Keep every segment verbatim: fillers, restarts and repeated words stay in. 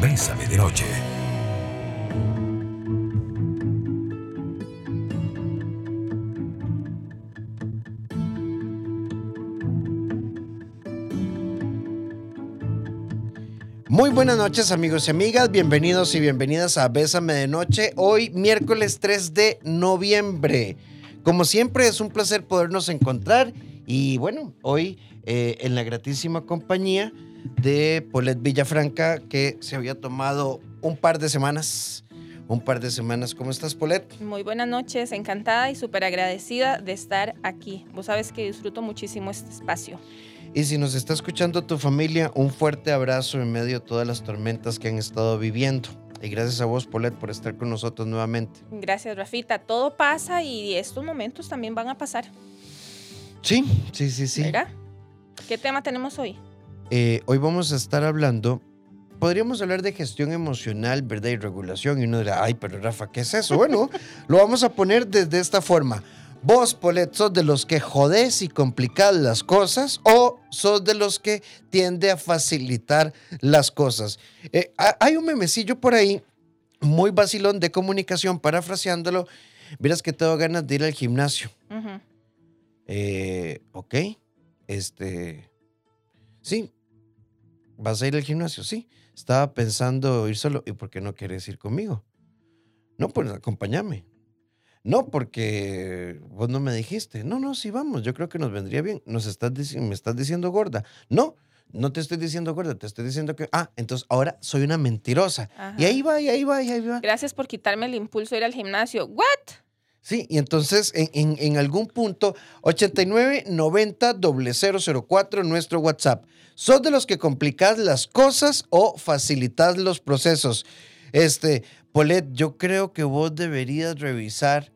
Bésame de noche. Muy buenas noches, amigos y amigas, bienvenidos y bienvenidas a Bésame de Noche, hoy miércoles tres de noviembre. Como siempre es un placer podernos encontrar y bueno, hoy eh, en la gratísima compañía de Paulette Villafranca, que se había tomado un par de semanas, un par de semanas. ¿Cómo estás, Paulette? Muy buenas noches, encantada y súper agradecida de estar aquí. Vos sabes que disfruto muchísimo este espacio. Y si nos está escuchando tu familia, un fuerte abrazo en medio de todas las tormentas que han estado viviendo. Y gracias a vos, Paulette, por estar con nosotros nuevamente. Gracias, Rafita. Todo pasa y estos momentos también van a pasar. Sí, sí, sí, sí. ¿Verdad? ¿Qué tema tenemos hoy? Eh, hoy vamos a estar hablando, podríamos hablar de gestión emocional, ¿verdad? Y regulación. Y uno dirá, ay, pero Rafa, ¿qué es eso? Bueno, lo vamos a poner desde esta forma. ¿Vos, Paulette, sos de los que jodés y complicás las cosas o sos de los que tiende a facilitar las cosas? Eh, hay un memecillo por ahí, muy vacilón de comunicación, parafraseándolo. Verás que tengo ganas de ir al gimnasio. Uh-huh. Eh, ok, este, sí, ¿vas a ir al gimnasio? Sí, estaba pensando ir solo. ¿Y por qué no quieres ir conmigo? No, pues acompáñame. No, porque vos no me dijiste. No, no, sí vamos, yo creo que nos vendría bien. Nos estás dic- me estás diciendo gorda. No, no te estoy diciendo gorda, te estoy diciendo que... Ah, entonces ahora soy una mentirosa. Ajá. Y ahí va, y ahí va, y ahí va. Gracias por quitarme el impulso de ir al gimnasio. ¿What? Sí, y entonces en, en, en algún punto, ochenta y nueve noventa cero cero cero cuatro, nuestro WhatsApp. ¿Sos de los que complicás las cosas o facilitas los procesos? Este, Paulette, yo creo que vos deberías revisar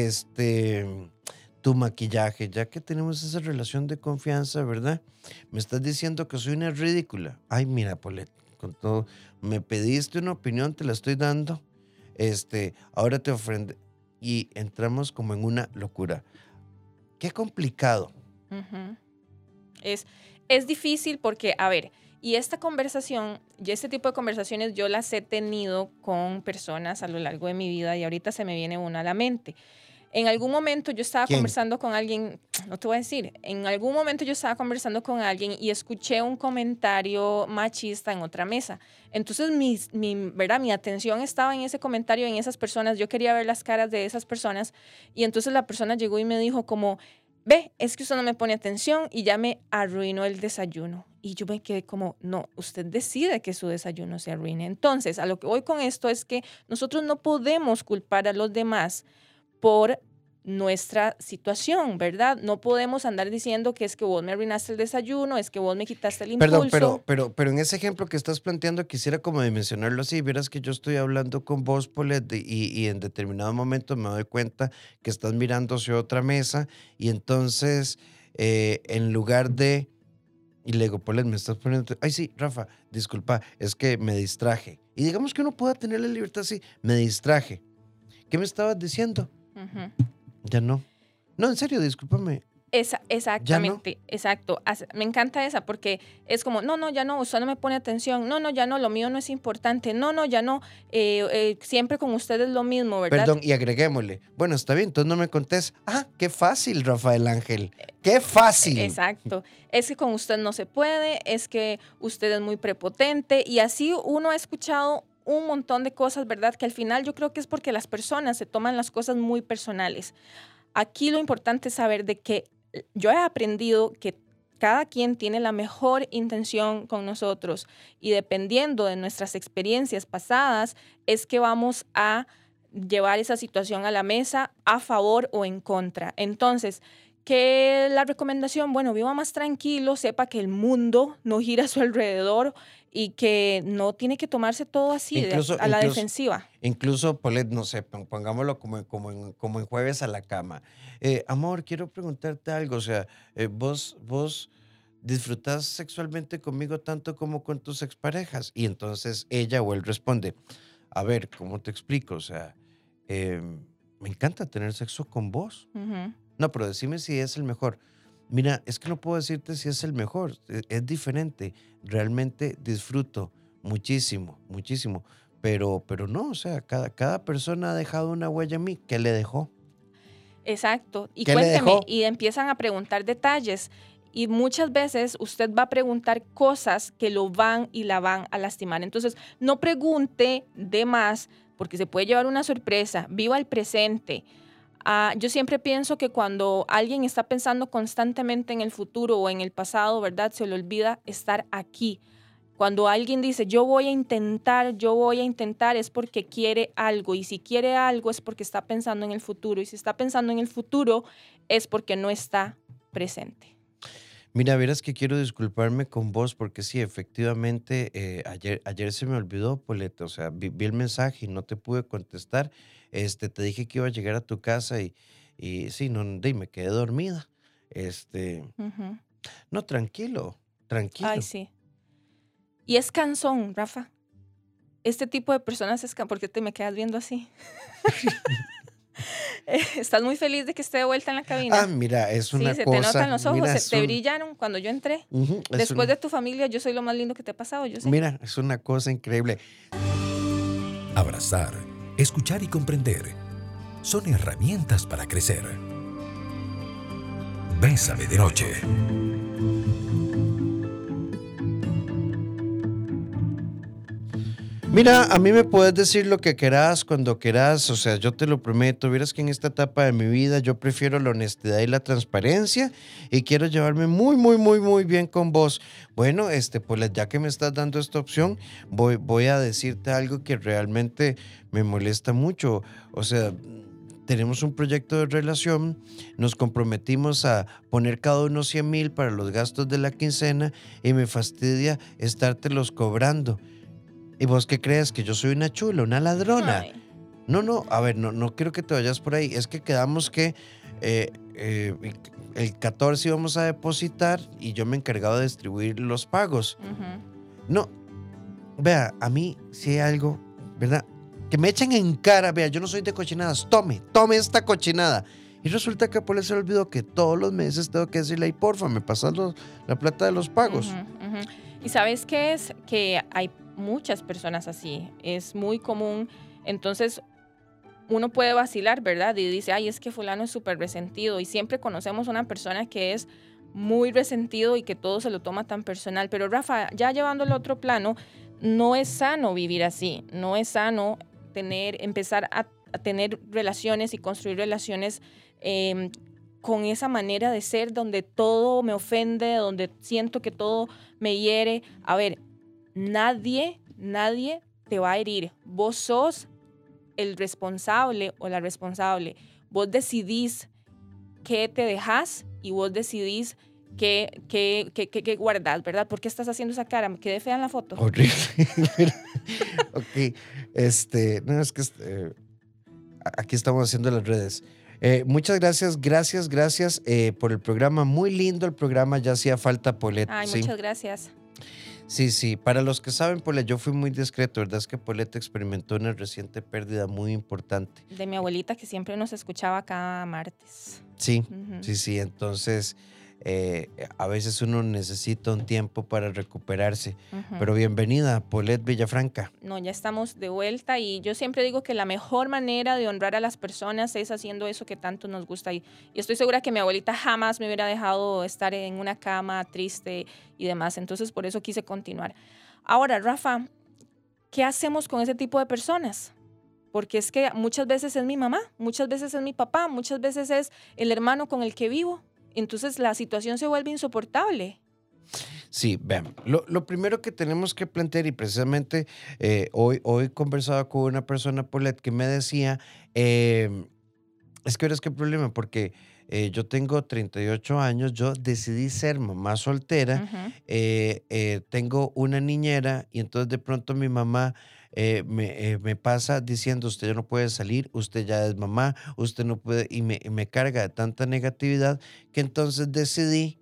este, tu maquillaje, ya que tenemos esa relación de confianza, ¿verdad? Me estás diciendo que soy una ridícula. Ay, mira, Paulette, con todo, me pediste una opinión, te la estoy dando. Este, ahora te ofrende y entramos como en una locura. Qué complicado. Uh-huh. Es, es difícil porque, a ver, y esta conversación, y este tipo de conversaciones yo las he tenido con personas a lo largo de mi vida y ahorita se me viene una a la mente. En algún momento yo estaba ¿Quién? conversando con alguien, no te voy a decir, en algún momento yo estaba conversando con alguien y escuché un comentario machista en otra mesa. Entonces mi, mi, ¿verdad? mi atención estaba en ese comentario, en esas personas, yo quería ver las caras de esas personas y entonces la persona llegó y me dijo como, ve, es que usted no me pone atención y ya me arruinó el desayuno. Y yo me quedé como, no, usted decide que su desayuno se arruine. Entonces, a lo que voy con esto es que nosotros no podemos culpar a los demás por nuestra situación, ¿verdad? No podemos andar diciendo que es que vos me arruinaste el desayuno, es que vos me quitaste el impulso. Perdón, pero, pero, pero en ese ejemplo que estás planteando quisiera como dimensionarlo así. Verás que yo estoy hablando con vos, Paulette, y, y en determinado momento me doy cuenta que estás mirando hacia otra mesa y entonces eh, en lugar de... Y le digo, Paulette, me estás poniendo... Ay, sí, Rafa, disculpa, es que me distraje. Y digamos que uno pueda tener la libertad así, me distraje. ¿Qué me estabas diciendo? Uh-huh. Ya no. No, en serio, discúlpame. Esa, exactamente, no? exacto. Me encanta esa porque es como, no, no, ya no, usted no me pone atención, no, no, ya no, lo mío no es importante, no, no, ya no, eh, eh, siempre con usted es lo mismo, ¿verdad? Perdón, y agreguémosle. Bueno, está bien, entonces no me contés. Ah, qué fácil, Rafael Ángel. Qué fácil. Exacto. Es que con usted no se puede, es que usted es muy prepotente y así uno ha escuchado un montón de cosas, ¿verdad? Que al final yo creo que es porque las personas se toman las cosas muy personales. Aquí lo importante es saber de que yo he aprendido que cada quien tiene la mejor intención con nosotros y dependiendo de nuestras experiencias pasadas es que vamos a llevar esa situación a la mesa a favor o en contra. Entonces, ¿qué es la recomendación? Bueno, viva más tranquilo, sepa que el mundo no gira a su alrededor y que no tiene que tomarse todo así incluso, de, a la incluso, defensiva. Incluso, Paulette, no sé, pongámoslo como, como, en, como en jueves a la cama. Eh, amor, quiero preguntarte algo. O sea, eh, vos, vos disfrutás sexualmente conmigo tanto como con tus exparejas. Y entonces ella o él responde, a ver, ¿cómo te explico? O sea, eh, me encanta tener sexo con vos. Uh-huh. No, pero decime si es el mejor. Mira, es que no puedo decirte si es el mejor, es diferente. Realmente disfruto muchísimo, muchísimo. Pero, pero no, o sea, cada, cada persona ha dejado una huella en mí. ¿Qué le dejó? Exacto. Y ¿Qué le cuénteme, dejó? y empiezan a preguntar detalles. Y muchas veces usted va a preguntar cosas que lo van y la van a lastimar. Entonces, no pregunte de más porque se puede llevar una sorpresa. Viva el presente. Ah, yo siempre pienso que cuando alguien está pensando constantemente en el futuro o en el pasado, ¿verdad? Se le olvida estar aquí. Cuando alguien dice, yo voy a intentar, yo voy a intentar, es porque quiere algo. Y si quiere algo es porque está pensando en el futuro. Y si está pensando en el futuro es porque no está presente. Mira, verás que quiero disculparme con vos porque sí, efectivamente, eh, ayer, ayer se me olvidó, Polet, o sea, vi, vi el mensaje y no te pude contestar. Este, te dije que iba a llegar a tu casa y, y sí, no, de, me quedé dormida. Este, Ujú. no, tranquilo, Ay, tranquilo. sí. Y es cansón, Rafa. Este tipo de personas es cansón. ¿Por qué te me quedas viendo así? ¿Estás muy feliz de que esté de vuelta en la Ah, cabina? mira, es Sí, una se te cosa, notan los ojos, mira, se es te un, brillaron cuando yo entré. ujú, es Después de un, tu familia, yo soy lo más lindo que te ha pasado, yo sé. mira, es una cosa increíble. Abrazar, escuchar y comprender son herramientas para crecer. Bésame de noche. Mira, a mí me puedes decir lo que querás, cuando querás, o sea, yo te lo prometo. Vieras que en esta etapa de mi vida yo prefiero la honestidad y la transparencia y quiero llevarme muy, muy, muy, muy bien con vos. Bueno, este, pues ya que me estás dando esta opción, voy, voy a decirte algo que realmente me molesta mucho. O sea, tenemos un proyecto de relación, nos comprometimos a poner cada uno cien mil para los gastos de la quincena y me fastidia estártelos cobrando. ¿Y vos qué crees? ¿Que yo soy una chula, una ladrona? Ay, No, no, a ver, no, no quiero que te vayas por ahí. Es que quedamos que eh, eh, el catorce íbamos a depositar y yo me he encargado de distribuir los pagos. ujú. No, vea, a mí si hay algo, ¿verdad? Que me echen en cara, vea, yo no soy de cochinadas. Tome, tome esta cochinada. Y resulta que por eso se olvidó que todos los meses tengo que decirle, ay, porfa, me pasas los- la plata de los pagos. Ujú, ujú. ¿Y sabes qué es? Que hay muchas personas así. Es muy común. Entonces, uno puede vacilar, ¿verdad? Y dice, ay, es que fulano es súper resentido. Y siempre conocemos una persona que es muy resentido y que todo se lo toma tan personal. Pero Rafa, ya llevándolo a otro plano, no es sano vivir así. No es sano tener, empezar a, a tener relaciones y construir relaciones em, con esa manera de ser donde todo me ofende, donde siento que todo me hiere. A ver, nadie, nadie te va a herir. Vos sos el responsable o la responsable. Vos decidís qué te dejas y vos decidís qué, qué, qué, qué, qué guardás, ¿verdad? ¿Por qué estás haciendo esa cara? Me quedé fea en la foto. Horrible. Pero, ok, este, no, es que este, a- aquí estamos haciendo las redes. Eh, muchas gracias, gracias, gracias eh, por el programa. Muy lindo el programa, ya hacía falta, Polet, Ay, sí. muchas gracias. Sí, sí. Para los que saben, Polet, yo fui muy discreto, ¿verdad? Es que Polet experimentó una reciente pérdida muy importante. De mi abuelita que siempre nos escuchaba cada martes. Sí, Ujú. sí, sí. Entonces, eh, a veces uno necesita un tiempo para recuperarse. Ujú. Pero bienvenida, Polet Villafranca. No, ya estamos de vuelta y yo siempre digo que la mejor manera de honrar a las personas es haciendo eso que tanto nos gusta y, y estoy segura que mi abuelita jamás me hubiera dejado estar en una cama triste y demás, entonces por eso quise continuar. Ahora, Rafa, ¿qué hacemos con ese tipo de personas? Porque es que muchas veces es mi mamá, muchas veces es mi papá, muchas veces es el hermano con el que vivo, entonces la situación se vuelve insoportable. Sí, vean, lo, lo primero que tenemos que plantear, y precisamente eh, hoy, hoy conversaba con una persona, Paulette, que me decía, eh, es que ahora es que problema, porque eh, yo tengo treinta y ocho años, yo decidí ser mamá soltera, Ujú. eh, eh, tengo una niñera, y entonces de pronto mi mamá eh, me, eh, me pasa diciendo, usted ya no puede salir, usted ya es mamá, usted no puede, y me, y me carga de tanta negatividad, que entonces decidí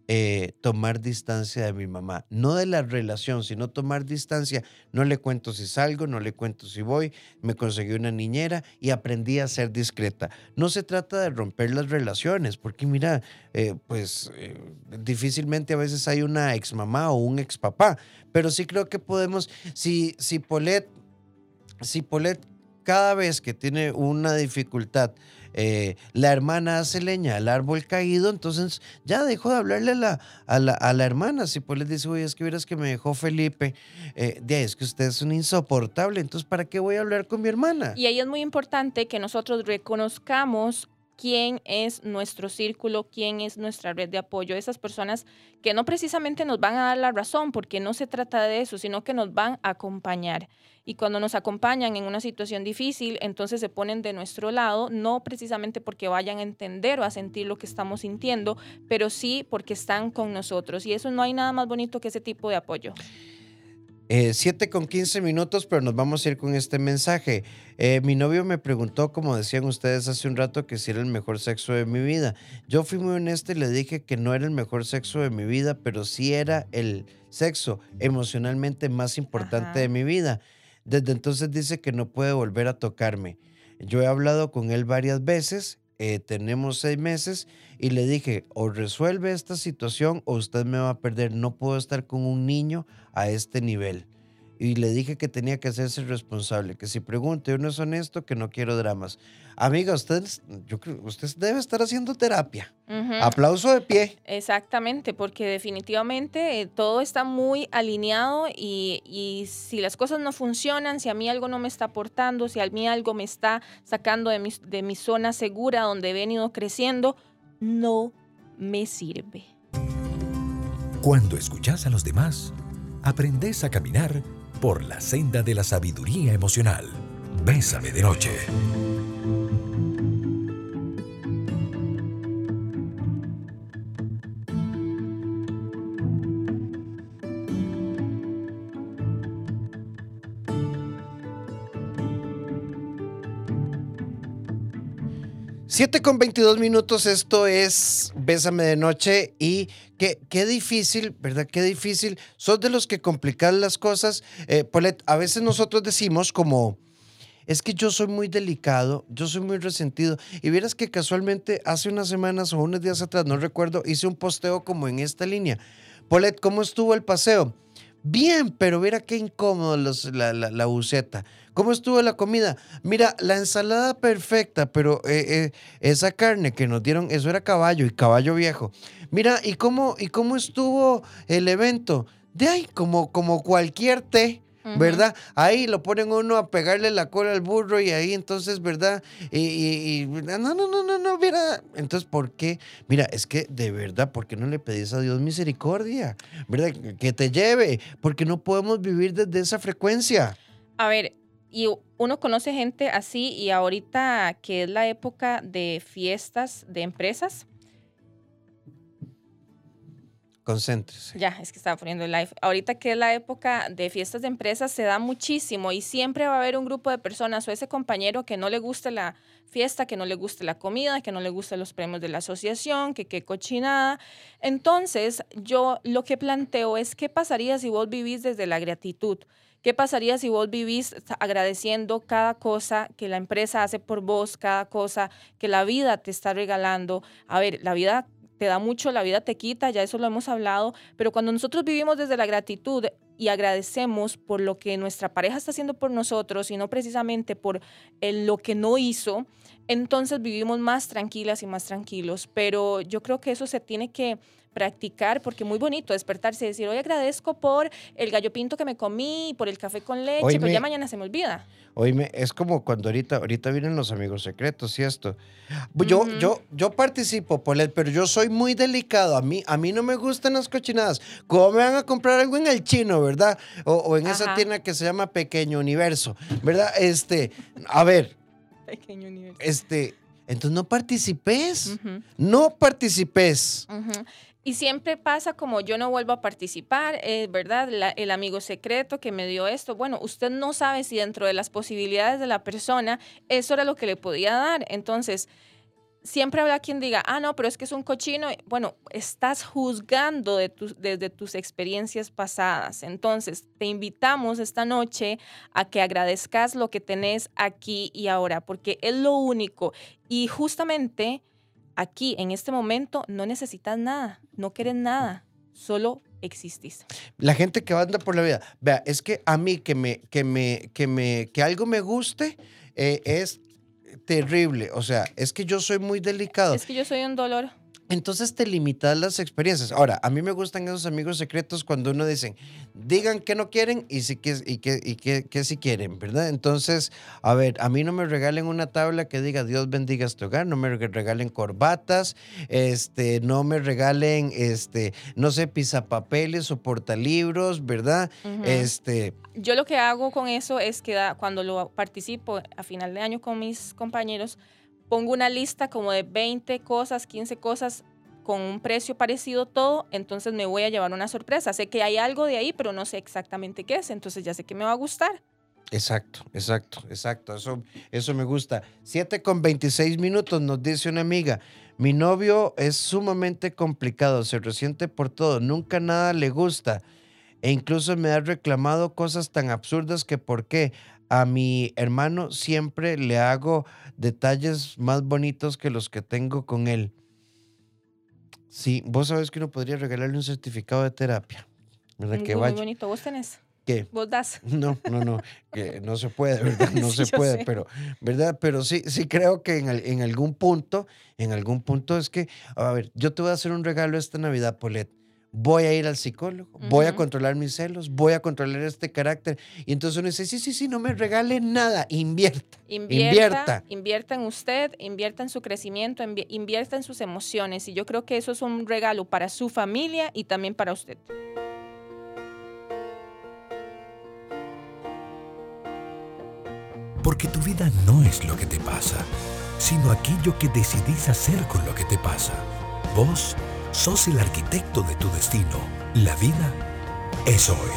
eh, tomar distancia de mi mamá. No de la relación, sino tomar distancia. No le cuento si salgo, no le cuento si voy. Me conseguí una niñera y aprendí a ser discreta. No se trata de romper las relaciones, porque mira, eh, pues eh, difícilmente a veces hay una ex mamá o un ex papá, pero sí creo que podemos, si, si Paulette, si Paulette cada vez que tiene una dificultad, eh, la hermana hace leña al árbol caído, entonces ya dejó de hablarle a la, a la, a la hermana. Si pues les dice, oye, es que vieras que me dejó Felipe, eh, de ahí es que usted es un insoportable, entonces ¿para qué voy a hablar con mi hermana? Y ahí es muy importante que nosotros reconozcamos quién es nuestro círculo, quién es nuestra red de apoyo, esas personas que no precisamente nos van a dar la razón, porque no se trata de eso, sino que nos van a acompañar. Y cuando nos acompañan en una situación difícil, entonces se ponen de nuestro lado, no precisamente porque vayan a entender o a sentir lo que estamos sintiendo, pero sí porque están con nosotros. Y eso no hay nada más bonito que ese tipo de apoyo. Eh, siete con quince minutos, pero nos vamos a ir con este mensaje. Eh, mi novio me preguntó, como decían ustedes hace un rato, que si era el mejor sexo de mi vida. Yo fui muy honesta y le dije que no era el mejor sexo de mi vida, pero sí era el sexo emocionalmente más importante de Ajá. mi vida. Desde entonces dice que no puede volver a tocarme. Yo he hablado con él varias veces, eh, tenemos seis meses y le dije, o resuelve esta situación o usted me va a perder. No puedo estar con un niño a este nivel. Y le dije que tenía que hacerse responsable, que si pregunta y uno es honesto, que no quiero dramas. Amiga, usted, yo creo, usted debe estar haciendo terapia. Ujú. Aplauso de pie. Exactamente, porque definitivamente eh, todo está muy alineado y, y si las cosas no funcionan, si a mí algo no me está aportando, si a mí algo me está sacando de mi, de mi zona segura donde he venido creciendo, no me sirve. Cuando escuchas a los demás, aprendes a caminar por la senda de la sabiduría emocional. Bésame de noche. siete con veintidós minutos, esto es Bésame de Noche y qué, qué difícil, ¿verdad? Qué difícil. Sos de los que complican las cosas. Eh, Paulette, a veces nosotros decimos como, es que yo soy muy delicado, yo soy muy resentido. Y vieras que casualmente hace unas semanas o unos días atrás, no recuerdo, hice un posteo como en esta línea. Paulette, ¿cómo estuvo el paseo? Bien, pero mira qué incómodo los- la, la, la buceta. ¿Cómo estuvo la comida? Mira, la ensalada perfecta, pero eh, eh, esa carne que nos dieron, eso era caballo y caballo viejo. Mira, ¿y cómo, y cómo estuvo el evento? De ahí, como, como cualquier té, Ujú. ¿verdad? Ahí lo ponen uno a pegarle la cola al burro y ahí entonces, ¿verdad? Y, y- y- no, no, no, no, no, mira. Entonces, ¿por qué? Mira, es que de verdad, ¿por qué no le pedís a Dios misericordia? ¿Verdad? Que te lleve, porque no podemos vivir desde esa frecuencia. A ver, y u- uno conoce gente así y ahorita que es la época de fiestas de empresas, Concéntrese. ya, es que estaba poniendo el live. Ahorita que es la época de fiestas de empresas, se da muchísimo y siempre va a haber un grupo de personas o ese compañero que no le guste la fiesta, que no le guste la comida, que no le gusten los premios de la asociación, que qué cochinada. Entonces, yo lo que planteo es qué pasaría si vos vivís desde la gratitud. ¿Qué pasaría si vos vivís agradeciendo cada cosa que la empresa hace por vos, cada cosa que la vida te está regalando? A ver, la vida te da mucho, la vida te quita, ya eso lo hemos hablado, pero cuando nosotros vivimos desde la gratitud y agradecemos por lo que nuestra pareja está haciendo por nosotros y no precisamente por el- lo que no hizo, entonces vivimos más tranquilas y más tranquilos. Pero yo creo que eso se tiene que practicar porque es muy bonito despertarse y decir, hoy agradezco por el gallo pinto que me comí, por el café con leche, pero ya Oíme, mañana se me olvida. oíme, es como cuando ahorita, ahorita vienen los amigos secretos y esto. Yo, Ujú. yo, yo participo, Paulette, pero yo soy muy delicado. A mí, a mí no me gustan las cochinadas. ¿Cómo me van a comprar algo en el chino, verdad? O, o en esa Ajá. tienda que se llama Pequeño Universo, ¿verdad? Este, a ver, Pequeño universo. este, entonces no participes. Ujú. No participes. Ujú. Y siempre pasa como yo no vuelvo a participar, eh, ¿verdad? La- el amigo secreto que me dio esto. Bueno, usted no sabe si dentro de las posibilidades de la persona eso era lo que le podía dar. Entonces, siempre habrá quien diga, ah, no, pero es que es un cochino. Bueno, estás juzgando de tus, desde tus experiencias pasadas. Entonces, te invitamos esta noche a que agradezcas lo que tenés aquí y ahora, porque es lo único. Y justamente aquí, en este momento, no necesitas nada, no quieres nada, solo existís. La gente que anda por la vida, vea, es que a mí que me, que me, que me, que algo me guste eh, es terrible. O sea, es que yo soy muy delicado. Es que yo soy un dolor. Entonces te limitas las experiencias. Ahora, a mí me gustan esos amigos secretos cuando uno dicen, digan que no quieren y sí que, y que, y que, que sí quieren, ¿verdad? Entonces, a ver, a mí no me regalen una tabla que diga Dios bendiga este hogar, no me regalen corbatas, este, no me regalen, este, no sé, pisapapeles o portalibros, ¿verdad? Uh-huh. Este... Yo lo que hago con eso es que da, cuando lo participo a final de año con mis compañeros, pongo una lista como de veinte cosas, quince cosas con un precio parecido todo, entonces me voy a llevar una sorpresa. Sé que hay algo de ahí, pero no sé exactamente qué es, entonces ya sé que me va a gustar. Exacto, exacto, exacto. Eso, eso me gusta. siete con veintiséis minutos nos dice una amiga. Mi novio es sumamente complicado, se resiente por todo, nunca nada le gusta e incluso me ha reclamado cosas tan absurdas que por qué. A mi hermano siempre le hago detalles más bonitos que los que tengo con él. Sí, vos sabés que uno podría regalarle un certificado de terapia. ¿Verdad? Muy, que vaya. muy bonito. ¿Vos tenés? ¿Qué? ¿Vos das? No, no, no, que no se puede, ¿verdad? No Sí, se yo puede, sé. pero, ¿verdad? Pero sí, sí creo que en, al- en algún punto, en algún punto es que, a ver, yo te voy a hacer un regalo esta Navidad, Paulette. Voy a ir al psicólogo, voy a Ujú. controlar mis celos, voy a controlar este carácter. Y entonces uno dice, sí, sí, sí, no me regale nada, invierta, Invierta, invierta. invierta en usted, invierta en su crecimiento, invi- invierta en sus emociones. Y yo creo que eso es un regalo para su familia y también para usted. Porque tu vida no es lo que te pasa, sino aquello que decidís hacer con lo que te pasa. Vos sos el arquitecto de tu destino. La vida es hoy.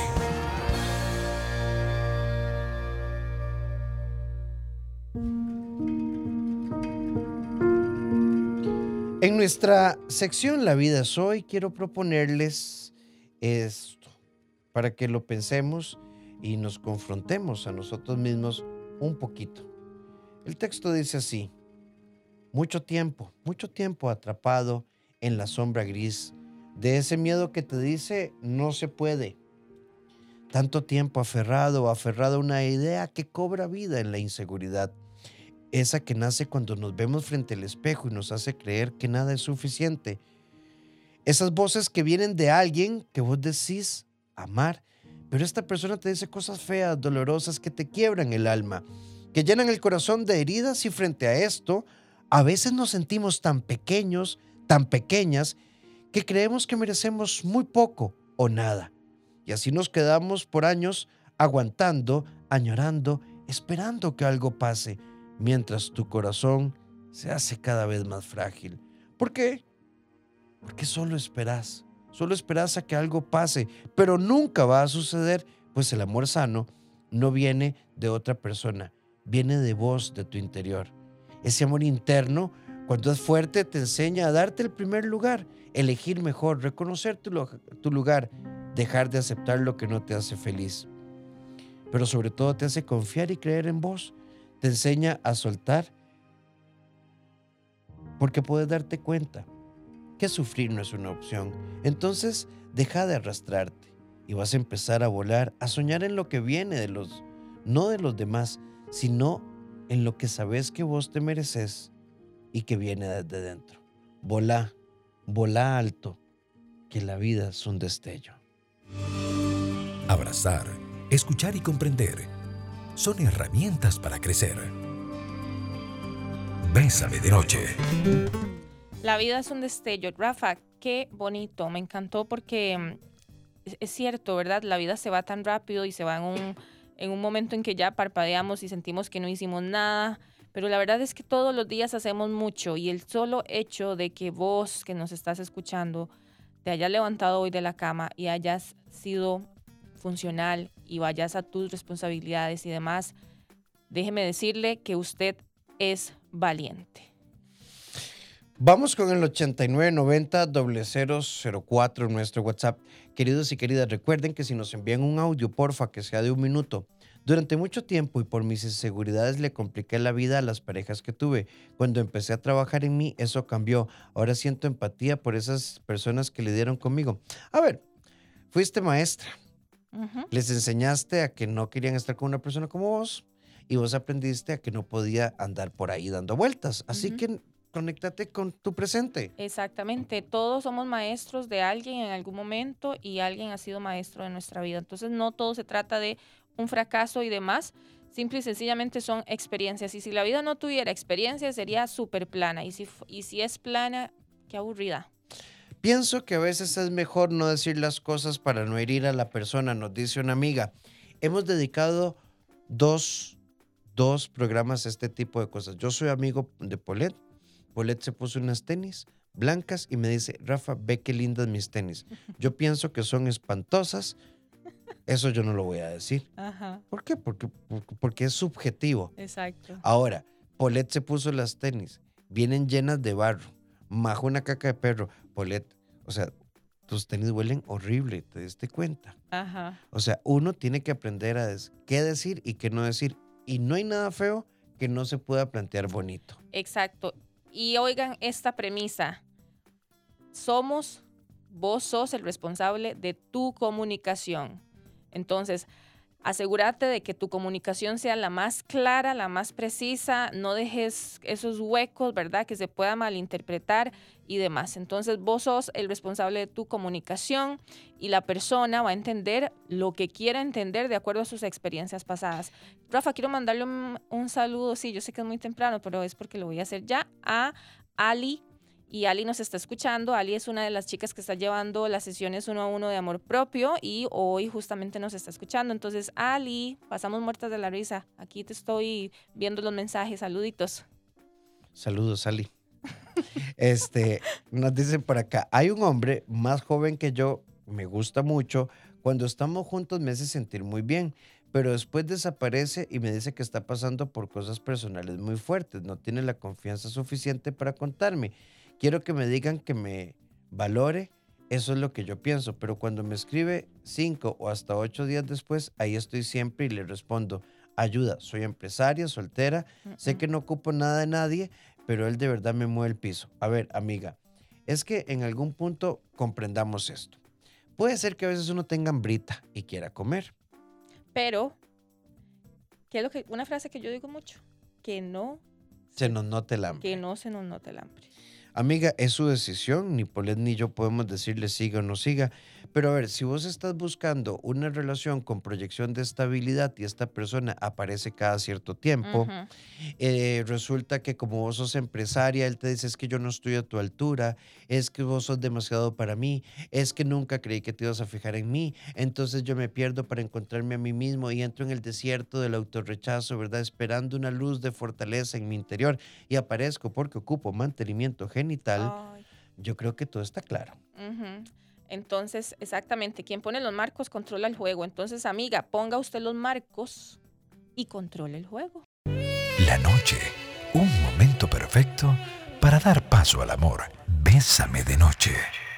En nuestra sección La vida es hoy, quiero proponerles esto, para que lo pensemos y nos confrontemos a nosotros mismos un poquito. El texto dice así: mucho tiempo, mucho tiempo atrapado en la sombra gris de ese miedo que te dice no se puede. Tanto tiempo aferrado o aferrado a una idea que cobra vida en la inseguridad. Esa que nace cuando nos vemos frente al espejo y nos hace creer que nada es suficiente. Esas voces que vienen de alguien que vos decís amar, pero esta persona te dice cosas feas, dolorosas, que te quiebran el alma, que llenan el corazón de heridas, y frente a esto, a veces nos sentimos tan pequeños, tan pequeñas, que creemos que merecemos muy poco o nada. Y así nos quedamos por años aguantando, añorando, esperando que algo pase, mientras tu corazón se hace cada vez más frágil. ¿Por qué? Porque solo esperas, solo esperas a que algo pase, pero nunca va a suceder, pues el amor sano no viene de otra persona, viene de vos, de tu interior. Ese amor interno, cuando es fuerte, te enseña a darte el primer lugar, elegir mejor, reconocer tu, lo- tu lugar, dejar de aceptar lo que no te hace feliz. Pero sobre todo te hace confiar y creer en vos, te enseña a soltar, porque puedes darte cuenta que sufrir no es una opción. Entonces, deja de arrastrarte y vas a empezar a volar, a soñar en lo que viene de los, no de los demás, sino en lo que sabes que vos te mereces y que viene desde dentro. Volá, volá alto, que la vida es un destello. Abrazar, escuchar y comprender son herramientas para crecer. Bésame de noche. La vida es un destello. Rafa, qué bonito. Me encantó porque mm, es, es cierto, ¿verdad? La vida se va tan rápido y se va en un, en un momento en que ya parpadeamos y sentimos que no hicimos nada. Pero la verdad es que todos los días hacemos mucho, y el solo hecho de que vos, que nos estás escuchando, te hayas levantado hoy de la cama y hayas sido funcional y vayas a tus responsabilidades y demás, déjeme decirle que usted es valiente. Vamos con el ochenta y nueve noventa cero cero cero cuatro, nuestro WhatsApp. Queridos y queridas, recuerden que si nos envían un audio, porfa, que sea de un minuto. Durante mucho tiempo y por mis inseguridades le compliqué la vida a las parejas que tuve. Cuando empecé a trabajar en mí, eso cambió. Ahora siento empatía por esas personas que lidiaron conmigo. A ver, fuiste maestra. Ujú. Les enseñaste a que no querían estar con una persona como vos y vos aprendiste a que no podía andar por ahí dando vueltas. Así Ujú. que conéctate con tu presente. Exactamente, todos somos maestros de alguien en algún momento y alguien ha sido maestro de nuestra vida. Entonces no todo se trata de un fracaso y demás, simple y sencillamente son experiencias. Y si la vida no tuviera experiencias sería súper plana. Y si, fu- y si es plana, qué aburrida. Pienso que a veces es mejor no decir las cosas para no herir a la persona, nos dice una amiga. Hemos dedicado dos, dos programas a este tipo de cosas. Yo soy amigo de Paulette. Paulette se puso unas tenis blancas y me dice, Rafa, ve qué lindas mis tenis. Yo pienso que son espantosas. Eso yo no lo voy a decir. Ajá, ¿Por qué? Porque, porque, porque es subjetivo. exacto. Ahora, Paulette se puso las tenis. Vienen llenas de barro. Majó una caca de perro. Paulette, o sea, tus tenis huelen horrible, ¿te diste cuenta? Ajá. O sea, uno tiene que aprender a des- qué decir y qué no decir. Y no hay nada feo que no se pueda plantear bonito. Exacto. Y oigan esta premisa. Somos, vos sos el responsable de tu comunicación. Entonces, asegúrate de que tu comunicación sea la más clara, la más precisa, no dejes esos huecos, ¿verdad? Que se pueda malinterpretar y demás. Entonces, vos sos el responsable de tu comunicación y la persona va a entender lo que quiera entender de acuerdo a sus experiencias pasadas. Rafa, quiero mandarle un, un saludo, sí, yo sé que es muy temprano, pero es porque lo voy a hacer ya, a Ali. Y Ali nos está escuchando. Ali es una de las chicas que está llevando las sesiones uno a uno de amor propio y hoy justamente nos está escuchando. Entonces, Ali, pasamos muertas de la risa. Aquí te estoy viendo los mensajes. Saluditos. Saludos, Ali. Este, nos dicen por acá, hay un hombre más joven que yo, me gusta mucho, cuando estamos juntos me hace sentir muy bien, pero después desaparece y me dice que está pasando por cosas personales muy fuertes, no tiene la confianza suficiente para contarme. Quiero que me digan que me valore, eso es lo que yo pienso, pero cuando me escribe cinco o hasta ocho días después, ahí estoy siempre y le respondo, ayuda, soy empresaria, soltera, sé que no ocupo nada de nadie, pero él de verdad me mueve el piso. A ver, amiga, es que en algún punto comprendamos esto. Puede ser que a veces uno tenga hambrita y quiera comer. Pero, ¿qué es lo que, una frase que yo digo mucho? Que no Se nos note el hambre. que no se nos note el hambre. Amiga, es su decisión, ni Paulette ni yo podemos decirle siga o no siga, pero a ver, si vos estás buscando una relación con proyección de estabilidad y esta persona aparece cada cierto tiempo, Ujú. eh, resulta que como vos sos empresaria, él te dice es que yo no estoy a tu altura, es que vos sos demasiado para mí, es que nunca creí que te ibas a fijar en mí, entonces yo me pierdo para encontrarme a mí mismo y entro en el desierto del autorrechazo, ¿verdad? Esperando una luz de fortaleza en mi interior y aparezco porque ocupo mantenimiento genital. Ay, Yo creo que todo está claro. ujú. Entonces, exactamente, quien pone los marcos controla el juego. Entonces, amiga, ponga usted los marcos y controle el juego. La noche, un momento perfecto para dar paso al amor. Bésame de noche.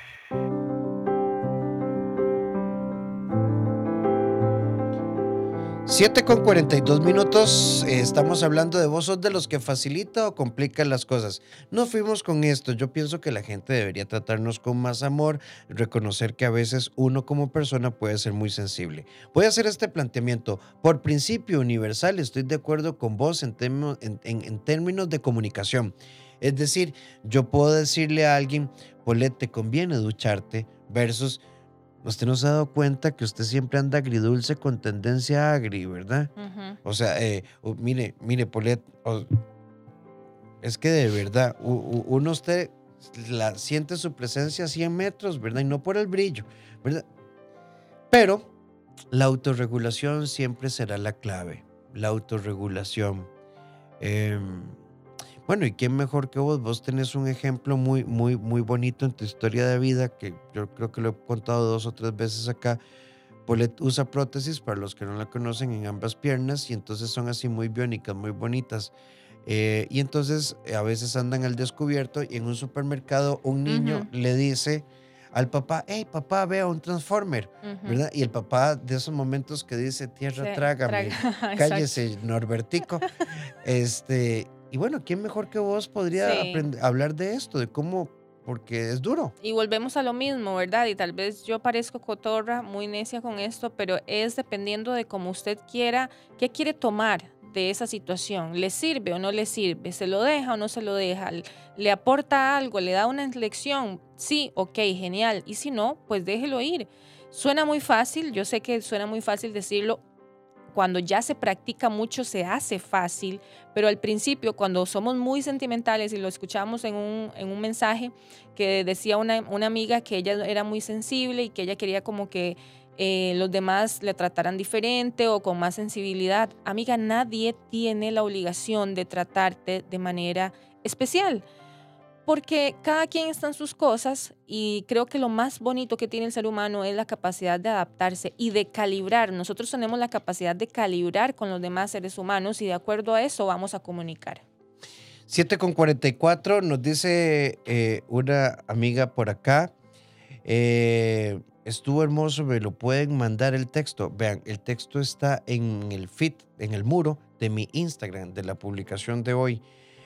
siete con cuarenta y dos minutos, eh, estamos hablando de vos sos de los que facilita o complica las cosas. Nos fuimos con esto, yo pienso que la gente debería tratarnos con más amor, reconocer que a veces uno como persona puede ser muy sensible. Voy a hacer este planteamiento, por principio universal estoy de acuerdo con vos en, temo- en- en- en términos de comunicación. Es decir, yo puedo decirle a alguien, Paulette, te conviene ducharte, versus... Usted no se ha dado cuenta que usted siempre anda agridulce con tendencia agri, ¿verdad? Ujú. O sea, eh, uh, mire, mire, Paulette, o- es que de verdad, u- u- uno usted la, siente su presencia a cien metros, ¿verdad? Y no por el brillo, ¿verdad? Pero la autorregulación siempre será la clave, la autorregulación. Em, bueno, ¿y quién mejor que vos? Vos tenés un ejemplo muy, muy, muy bonito en tu historia de vida que yo creo que lo he contado dos o tres veces acá. Paulette usa prótesis, para los que no la conocen, en ambas piernas y entonces son así muy biónicas, muy bonitas. Eh, y entonces eh, a veces andan al descubierto y en un supermercado un niño uh-huh. le dice al papá, hey papá, vea un Transformer, uh-huh. ¿verdad? Y el papá de esos momentos que dice, tierra, sí, trágame, traga. Cállese, Norbertico. este, y bueno, ¿quién mejor que vos podría sí. aprender, hablar de esto, de cómo, porque es duro? Y volvemos a lo mismo, ¿verdad? Y tal vez yo parezco cotorra, muy necia con esto, pero es dependiendo de cómo usted quiera, qué quiere tomar de esa situación. ¿Le sirve o no le sirve? ¿Se lo deja o no se lo deja? ¿Le aporta algo? ¿Le da una lección? Sí, ok, genial. Y si no, pues déjelo ir. Suena muy fácil, yo sé que suena muy fácil decirlo. Cuando ya se practica mucho se hace fácil, pero al principio cuando somos muy sentimentales, y lo escuchamos en un, en un mensaje que decía una, una amiga que ella era muy sensible y que ella quería como que Eh, los demás le trataran diferente o con más sensibilidad. Amiga, nadie tiene la obligación de tratarte de manera especial, porque cada quien está en sus cosas y creo que lo más bonito que tiene el ser humano es la capacidad de adaptarse y de calibrar. Nosotros tenemos la capacidad de calibrar con los demás seres humanos y de acuerdo a eso vamos a comunicar. siete con cuarenta y cuatro nos dice eh, una amiga por acá, eh, estuvo hermoso, me lo pueden mandar el texto. Vean, el texto está en el feed, en el muro de mi Instagram, de la publicación de hoy.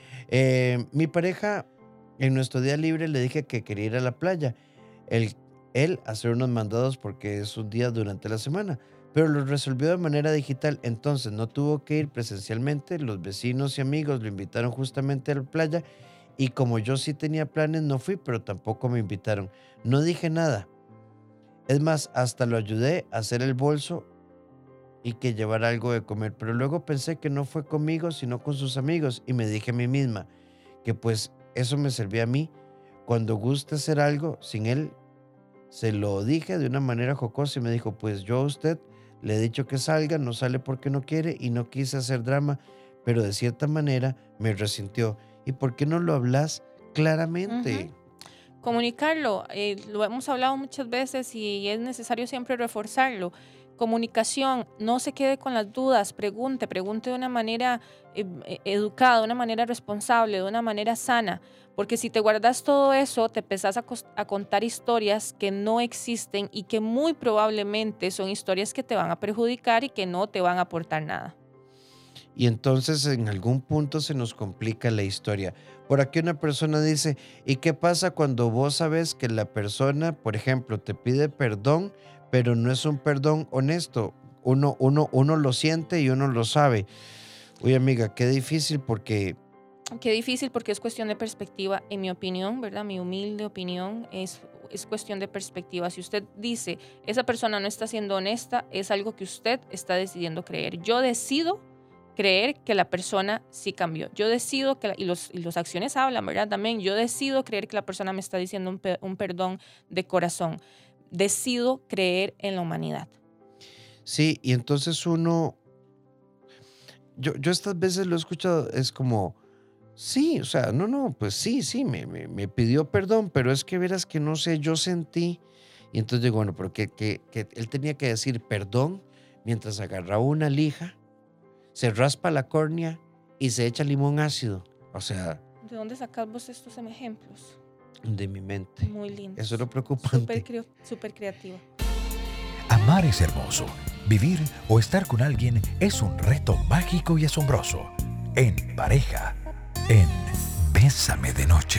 Eh, mi pareja, en nuestro día libre, le dije que quería ir a la playa. Él, él hacer unos mandados porque es un día durante la semana, pero lo resolvió de manera digital. Entonces no tuvo que ir presencialmente. Los vecinos y amigos lo invitaron justamente a la playa y como yo sí tenía planes, no fui, pero tampoco me invitaron. No dije nada. Es más, hasta lo ayudé a hacer el bolso y que llevara algo de comer. Pero luego pensé que no fue conmigo, sino con sus amigos. Y me dije a mí misma que pues eso me servía a mí. Cuando guste hacer algo sin él, se lo dije de una manera jocosa y me dijo, pues yo a usted le he dicho que salga, no sale porque no quiere y no quise hacer drama. Pero de cierta manera me resintió. ¿Y por qué no lo hablas claramente? Uh-huh. Comunicarlo, eh, lo hemos hablado muchas veces y es necesario siempre reforzarlo. Comunicación, no se quede con las dudas, pregunte, pregunte de una manera eh, educada, de una manera responsable, de una manera sana, porque si te guardas todo eso, te empezás a, cos- a contar historias que no existen y que muy probablemente son historias que te van a perjudicar y que no te van a aportar nada. Y entonces en algún punto se nos complica la historia. Por aquí una persona dice, ¿y qué pasa cuando vos sabes que la persona, por ejemplo, te pide perdón, pero no es un perdón honesto? Uno, uno, uno lo siente y uno lo sabe. Oye, amiga, qué difícil porque... Qué difícil porque es cuestión de perspectiva, en mi opinión, ¿verdad? Mi humilde opinión es, es cuestión de perspectiva. Si usted dice, esa persona no está siendo honesta, es algo que usted está decidiendo creer. Yo decido creer que la persona sí cambió. Yo decido que, la, y, los, y las acciones hablan, ¿verdad? También yo decido creer que la persona me está diciendo un, pe, un perdón de corazón. Decido creer en la humanidad. Sí, y entonces uno... Yo, yo estas veces lo he escuchado, es como... Sí, o sea, no, no, pues sí, sí, me, me, me pidió perdón, pero es que verás que no sé, yo sentí... Y entonces digo, bueno, porque que, que él tenía que decir perdón mientras agarraba una lija, se raspa la córnea y se echa limón ácido. O sea... ¿De dónde sacas vos estos ejemplos? De mi mente. Muy lindo. Eso es lo preocupante. Súper cre- súper creativo. Amar es hermoso. Vivir o estar con alguien es un reto mágico y asombroso. En pareja, en Bésame de Noche.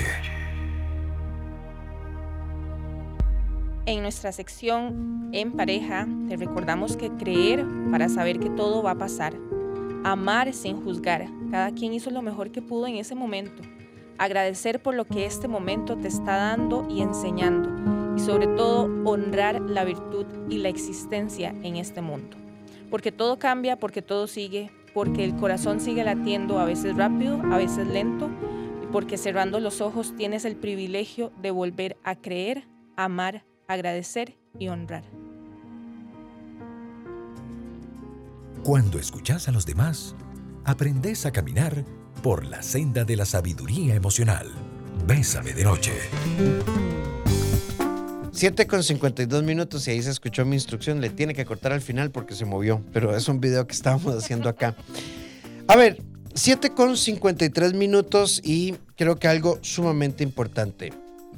En nuestra sección En pareja, te recordamos que creer para saber que todo va a pasar. Amar sin juzgar. Cada quien hizo lo mejor que pudo en ese momento. Agradecer por lo que este momento te está dando y enseñando. Y sobre todo, honrar la virtud y la existencia en este mundo. Porque todo cambia, porque todo sigue, porque el corazón sigue latiendo, a veces rápido, a veces lento, y porque cerrando los ojos tienes el privilegio de volver a creer, amar, agradecer y honrar. Cuando escuchas a los demás, aprendes a caminar por la senda de la sabiduría emocional. Bésame de Noche. siete con cincuenta y dos minutos y ahí se escuchó mi instrucción. Le tiene que cortar al final porque se movió, pero es un video que estábamos haciendo acá. A ver, siete con cincuenta y tres minutos y creo que algo sumamente importante.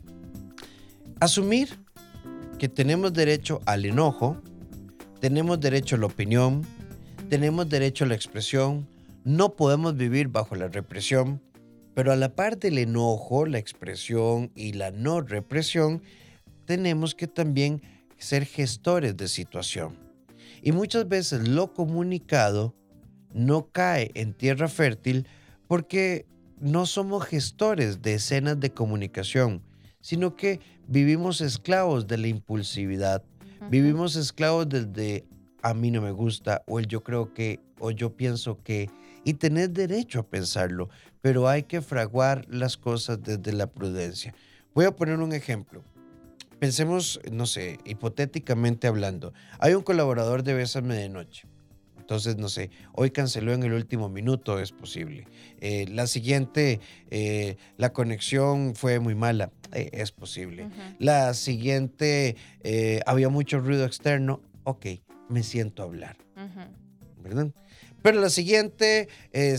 Asumir que tenemos derecho al enojo, tenemos derecho a la opinión, tenemos derecho a la expresión, no podemos vivir bajo la represión, pero a la par del enojo, la expresión y la no represión, tenemos que también ser gestores de situación. Y muchas veces lo comunicado no cae en tierra fértil porque no somos gestores de escenas de comunicación, sino que vivimos esclavos de la impulsividad, uh-huh. vivimos esclavos desde a mí no me gusta o el yo creo que o yo pienso que, y tenés derecho a pensarlo, pero hay que fraguar las cosas desde la prudencia. Voy a poner un ejemplo. Pensemos, no sé, hipotéticamente hablando, hay un colaborador de Bésame de Noche. Entonces, no sé, hoy canceló en el último minuto, es posible. Eh, la siguiente, eh, la conexión fue muy mala, eh, es posible. Uh-huh. La siguiente, eh, había mucho ruido externo, ok, me siento a hablar. Uh-huh. ¿Verdad? Pero la siguiente,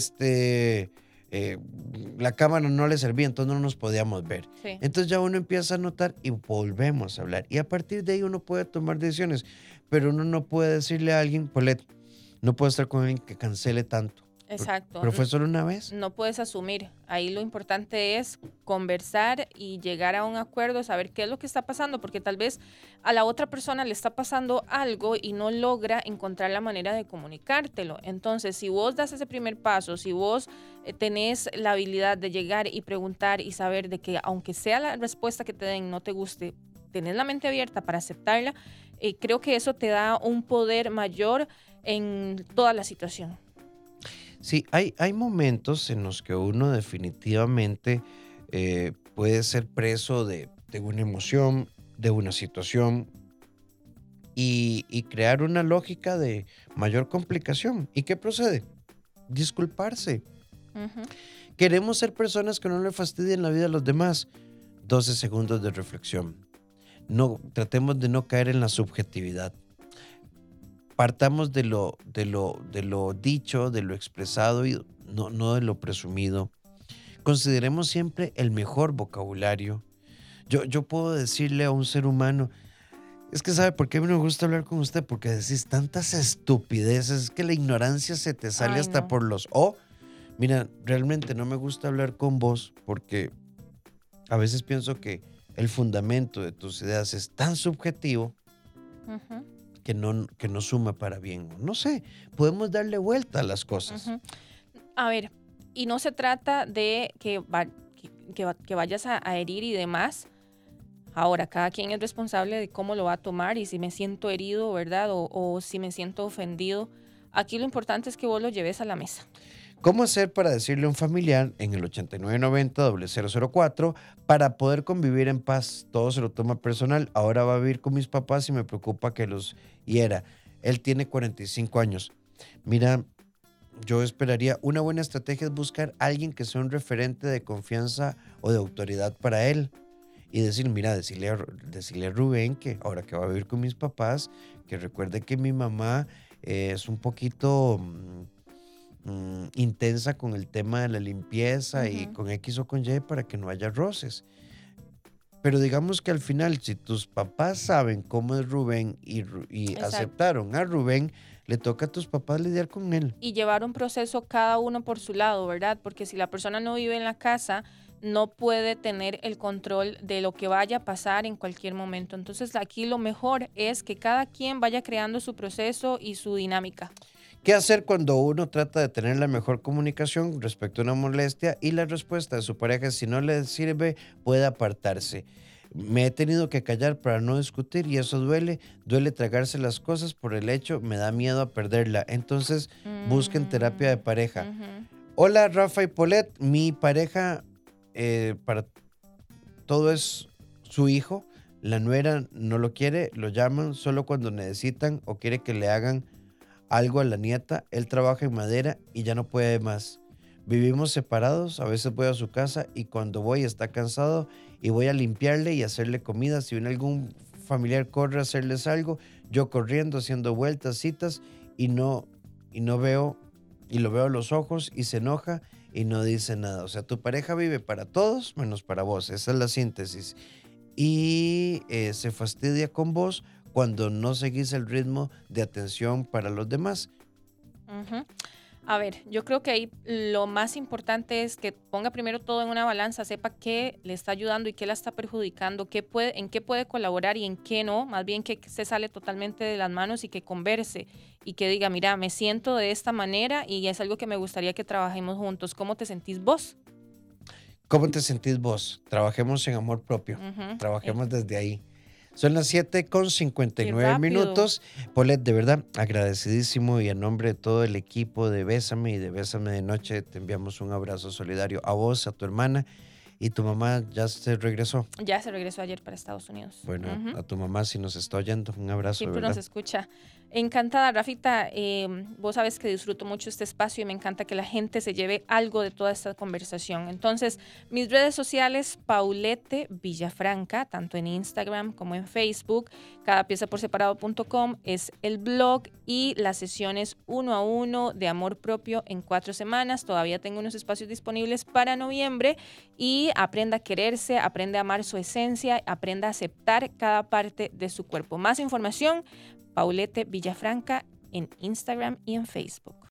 este, eh, la cámara no le servía, entonces no nos podíamos ver. Sí. Entonces ya uno empieza a notar y volvemos a hablar. Y a partir de ahí uno puede tomar decisiones, pero uno no puede decirle a alguien, Paulette, no puedo estar con alguien que cancele tanto. Exacto. Pero fue solo una vez. No puedes asumir. Ahí lo importante es conversar y llegar a un acuerdo, saber qué es lo que está pasando, porque tal vez a la otra persona le está pasando algo y no logra encontrar la manera de comunicártelo. Entonces, si vos das ese primer paso, si vos eh, tenés la habilidad de llegar y preguntar y saber de que aunque sea la respuesta que te den no te guste, tenés la mente abierta para aceptarla, eh, creo que eso te da un poder mayor en toda la situación. Sí, hay, hay momentos en los que uno definitivamente eh, puede ser preso de, de una emoción, de una situación y, y crear una lógica de mayor complicación. ¿Y qué procede? Disculparse. Uh-huh. Queremos ser personas que no le fastidien la vida a los demás. doce segundos de reflexión. No, tratemos de no caer en la subjetividad. Partamos de lo, de lo, de lo dicho, de lo expresado y no, no de lo presumido. Consideremos siempre el mejor vocabulario. Yo, yo puedo decirle a un ser humano, es que ¿sabe por qué a mí no me gusta hablar con usted? Porque decís tantas estupideces, es que la ignorancia se te sale Ay, hasta no. por los... O, mira, realmente no me gusta hablar con vos porque a veces pienso que el fundamento de tus ideas es tan subjetivo uh-huh. que, no, que no suma para bien. No sé, podemos darle vuelta a las cosas. Uh-huh. A ver, y no se trata de que, va, que, que vayas a, a herir y demás. Ahora, cada quien es responsable de cómo lo va a tomar y si me siento herido, ¿verdad? O, o si me siento ofendido. Aquí lo importante es que vos lo lleves a la mesa. ¿Cómo hacer para decirle a un familiar en el ochenta y nueve noventa cero cero cero cuatro para poder convivir en paz? Todo se lo toma personal. Ahora va a vivir con mis papás y me preocupa que los hiera. Él tiene cuarenta y cinco años. Mira, yo esperaría, una buena estrategia es buscar a alguien que sea un referente de confianza o de autoridad para él. Y decir, mira, decirle a, decirle a Rubén que ahora que va a vivir con mis papás, que recuerde que mi mamá eh, es un poquito... Mm, intensa con el tema de la limpieza uh-huh. y con X o con Y para que no haya roces. Pero digamos que al final, si tus papás saben cómo es Rubén y, y aceptaron a Rubén, le toca a tus papás lidiar con él. Y llevar un proceso cada uno por su lado, ¿verdad? Porque si la persona no vive en la casa, no puede tener el control de lo que vaya a pasar en cualquier momento. Entonces aquí lo mejor es que cada quien vaya creando su proceso y su dinámica. ¿Qué hacer cuando uno trata de tener la mejor comunicación respecto a una molestia y la respuesta de su pareja, si no le sirve, puede apartarse? Me he tenido que callar para no discutir y eso duele, duele tragarse las cosas por el hecho, me da miedo a perderla. Entonces, mm. busquen terapia de pareja. Uh-huh. Hola, Rafa y Paulette, mi pareja, eh, para todo es su hijo, la nuera no lo quiere, lo llaman solo cuando necesitan o quiere que le hagan algo a la nieta, él trabaja en madera y ya no puede más. Vivimos separados, a veces voy a su casa y cuando voy está cansado y voy a limpiarle y hacerle comida. Si viene algún familiar corre a hacerles algo, yo corriendo, haciendo vueltas, citas y no, y no veo y lo veo a los ojos y se enoja y no dice nada. O sea, tu pareja vive para todos menos para vos. Esa es la síntesis. Y eh, se fastidia con vos cuando no seguís el ritmo de atención para los demás. Uh-huh. A ver, yo creo que ahí lo más importante es que ponga primero todo en una balanza, sepa qué le está ayudando y qué la está perjudicando, qué puede, en qué puede colaborar y en qué no, más bien que se sale totalmente de las manos y que converse y que diga, mira, me siento de esta manera y es algo que me gustaría que trabajemos juntos. ¿Cómo te sentís vos? ¿Cómo te sentís vos? Trabajemos en amor propio, Uh-huh. trabajemos eh. desde ahí. Son las siete con cincuenta y nueve Qué minutos. Paulette, de verdad, agradecidísimo y a nombre de todo el equipo de Bésame y de Bésame de Noche, te enviamos un abrazo solidario a vos, a tu hermana y tu mamá ya se regresó. Ya se regresó ayer para Estados Unidos. Bueno, Uh-huh. a tu mamá si nos está oyendo, un abrazo. Siempre de verdad. nos escucha. Encantada, Rafita. Eh, vos sabes que disfruto mucho este espacio y me encanta que la gente se lleve algo de toda esta conversación. Entonces, mis redes sociales, Paulette Villafranca, tanto en Instagram como en Facebook. Cada pieza por separado punto com es el blog y las sesiones uno a uno de amor propio en cuatro semanas. Todavía tengo unos espacios disponibles para noviembre y aprenda a quererse, aprenda a amar su esencia, aprenda a aceptar cada parte de su cuerpo. Más información, Paulette Villafranca en Instagram y en Facebook.